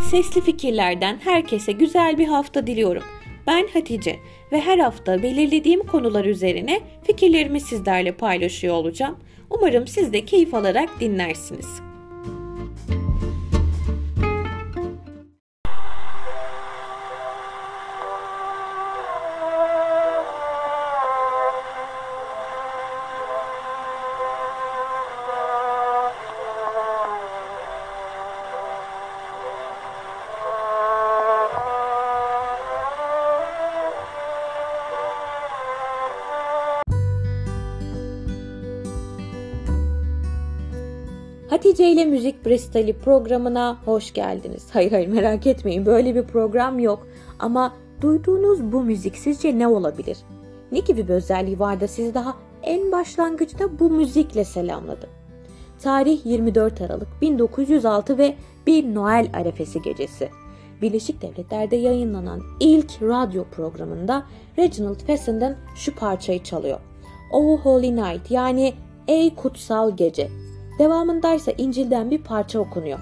Sesli Fikirler'den herkese güzel bir hafta diliyorum. Ben Hatice ve her hafta belirlediğim konular üzerine fikirlerimi sizlerle paylaşıyor olacağım. Umarım siz de keyif alarak dinlersiniz. Hatice ile Müzik Bristol'i programına hoş geldiniz. Hayır merak etmeyin, böyle bir program yok. Ama duyduğunuz bu müzik sizce ne olabilir? Ne gibi bir özelliği var da sizi daha en başlangıçta bu müzikle selamladı? Tarih 24 Aralık 1906 ve bir Noel arefesi gecesi. Birleşik Devletler'de yayınlanan ilk radyo programında Reginald Fessenden şu parçayı çalıyor. Oh Holy Night, yani Ey Kutsal Gece. Devamındaysa İncil'den bir parça okunuyor.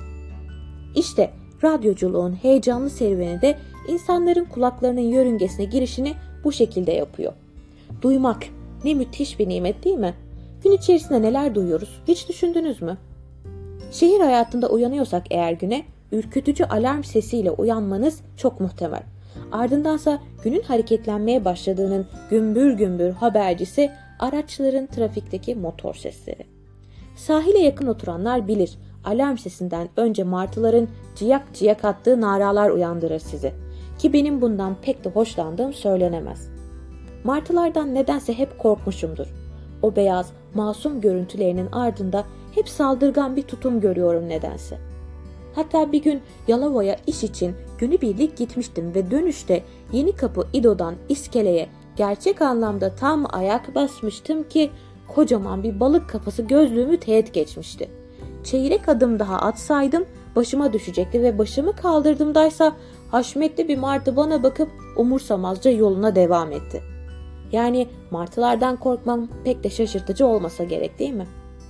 İşte radyoculuğun heyecanlı serüveni de insanların kulaklarının yörüngesine girişini bu şekilde yapıyor. Duymak ne müthiş bir nimet, değil mi? Gün içerisinde neler duyuyoruz, hiç düşündünüz mü? Şehir hayatında uyanıyorsak eğer güne, ürkütücü alarm sesiyle uyanmanız çok muhtemel. Ardındansa günün hareketlenmeye başladığının gümbür gümbür habercisi araçların trafikteki motor sesleri. Sahile yakın oturanlar bilir, alarm sesinden önce martıların ciyak ciyak attığı naralar uyandırır sizi. Ki benim bundan pek de hoşlandığım söylenemez. Martılardan nedense hep korkmuşumdur. O beyaz, masum görüntülerinin ardında hep saldırgan bir tutum görüyorum nedense. Hatta bir gün Yalova'ya iş için günübirlik gitmiştim ve dönüşte Yenikapı İdo'dan İskele'ye gerçek anlamda tam ayak basmıştım ki kocaman bir balık kafası gözlüğümü teğet geçmişti. Çeyrek adım daha atsaydım başıma düşecekti ve başımı kaldırdığımdaysa haşmetli bir martı bana bakıp umursamazca yoluna devam etti. Yani martılardan korkmam pek de şaşırtıcı olmasa gerek, değil mi?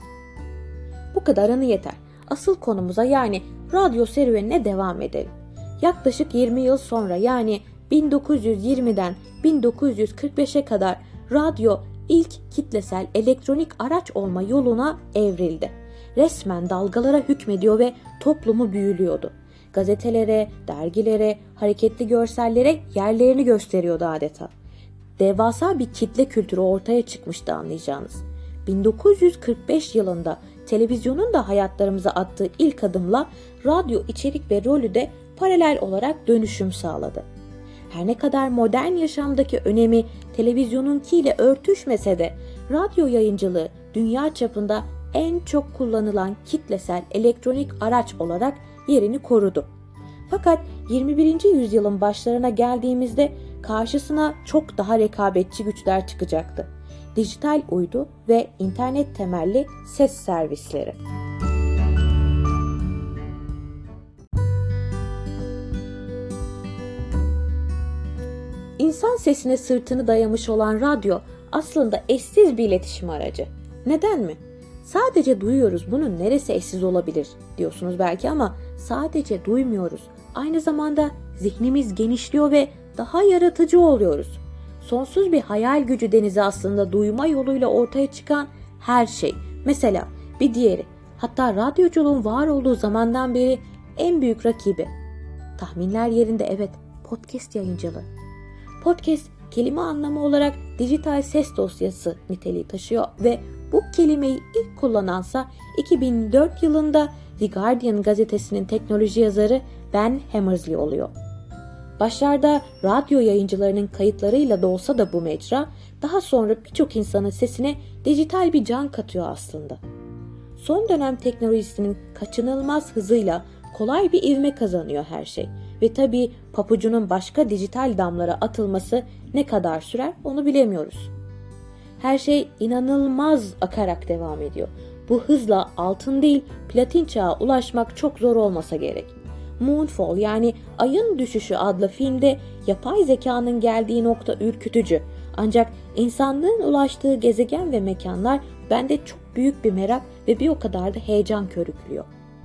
Bu kadarını yeter. Asıl konumuza, yani radyo serüvenine devam edelim. Yaklaşık 20 yıl sonra, yani 1920'den 1945'e kadar radyo ilk kitlesel elektronik araç olma yoluna evrildi. Resmen dalgalara hükmediyor ve toplumu büyülüyordu. Gazetelere, dergilere, hareketli görsellere yerlerini gösteriyordu adeta. Devasa bir kitle kültürü ortaya çıkmıştı, anlayacağınız. 1945 yılında televizyonun da hayatlarımıza attığı ilk adımla radyo içerik ve rolü de paralel olarak dönüşüm sağladı. Her ne kadar modern yaşamdaki önemi televizyonunkiyle örtüşmese de radyo yayıncılığı dünya çapında en çok kullanılan kitlesel elektronik araç olarak yerini korudu. Fakat 21. yüzyılın başlarına geldiğimizde karşısına çok daha rekabetçi güçler çıkacaktı. Dijital uydu ve internet temelli ses servisleri. İnsan sesine sırtını dayamış olan radyo aslında eşsiz bir iletişim aracı. Neden mi? Sadece duyuyoruz, bunun neresi eşsiz olabilir diyorsunuz belki, ama sadece duymuyoruz. Aynı zamanda zihnimiz genişliyor ve daha yaratıcı oluyoruz. Sonsuz bir hayal gücü denizi aslında duyma yoluyla ortaya çıkan her şey. Mesela bir diğeri, hatta radyoculuğun var olduğu zamandan beri en büyük rakibi. Tahminler yerinde, evet, podcast yayıncılığı. Podcast kelime anlamı olarak dijital ses dosyası niteliği taşıyor ve bu kelimeyi ilk kullanansa 2004 yılında The Guardian gazetesinin teknoloji yazarı Ben Hammersley oluyor. Başlarda radyo yayıncılarının kayıtlarıyla da olsa da bu mecra, daha sonra birçok insanın sesine dijital bir can katıyor aslında. Son dönem teknolojisinin kaçınılmaz hızıyla kolay bir ivme kazanıyor her şey. Ve tabii papucunun başka dijital damlara atılması ne kadar sürer onu bilemiyoruz. Her şey inanılmaz akarak devam ediyor. Bu hızla altın değil platin çağa ulaşmak çok zor olmasa gerek. Moonfall, yani Ayın Düşüşü adlı filmde yapay zekanın geldiği nokta ürkütücü. Ancak insanlığın ulaştığı gezegen ve mekanlar bende çok büyük bir merak ve bir o kadar da heyecan körüklüyor.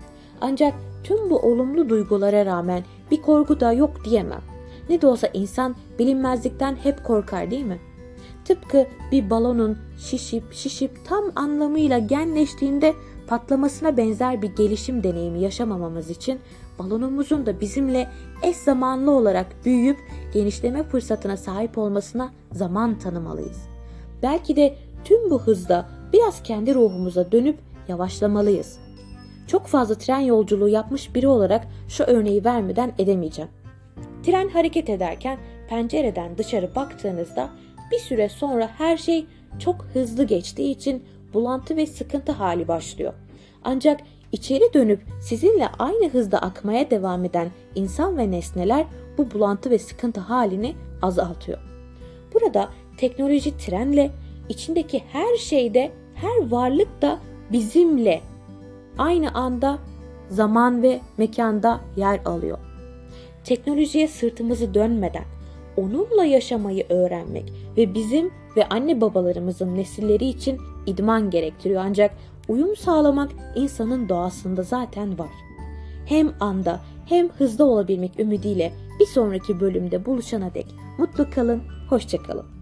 Ancak tüm bu olumlu duygulara rağmen bir korku da yok diyemem. Ne de olsa insan bilinmezlikten hep korkar, değil mi? Tıpkı bir balonun şişip tam anlamıyla genleştiğinde patlamasına benzer bir gelişim deneyimi yaşamamamız için balonumuzun da bizimle eş zamanlı olarak büyüyüp genişleme fırsatına sahip olmasına zaman tanımalıyız. Belki de tüm bu hızda biraz kendi ruhumuza dönüp yavaşlamalıyız. Çok fazla tren yolculuğu yapmış biri olarak şu örneği vermeden edemeyeceğim. Tren hareket ederken pencereden dışarı baktığınızda bir süre sonra her şey çok hızlı geçtiği için bulantı ve sıkıntı hali başlıyor. Ancak içeri dönüp sizinle aynı hızda akmaya devam eden insan ve nesneler bu bulantı ve sıkıntı halini azaltıyor. Burada teknoloji trenle, içindeki her şeyde, her varlık da bizimle aynı anda, zaman ve mekanda yer alıyor. Teknolojiye sırtımızı dönmeden onunla yaşamayı öğrenmek ve bizim ve anne babalarımızın nesilleri için idman gerektiriyor. Ancak uyum sağlamak insanın doğasında zaten var. Hem anda hem hızda olabilmek ümidiyle bir sonraki bölümde buluşana dek mutlu kalın, hoşça kalın.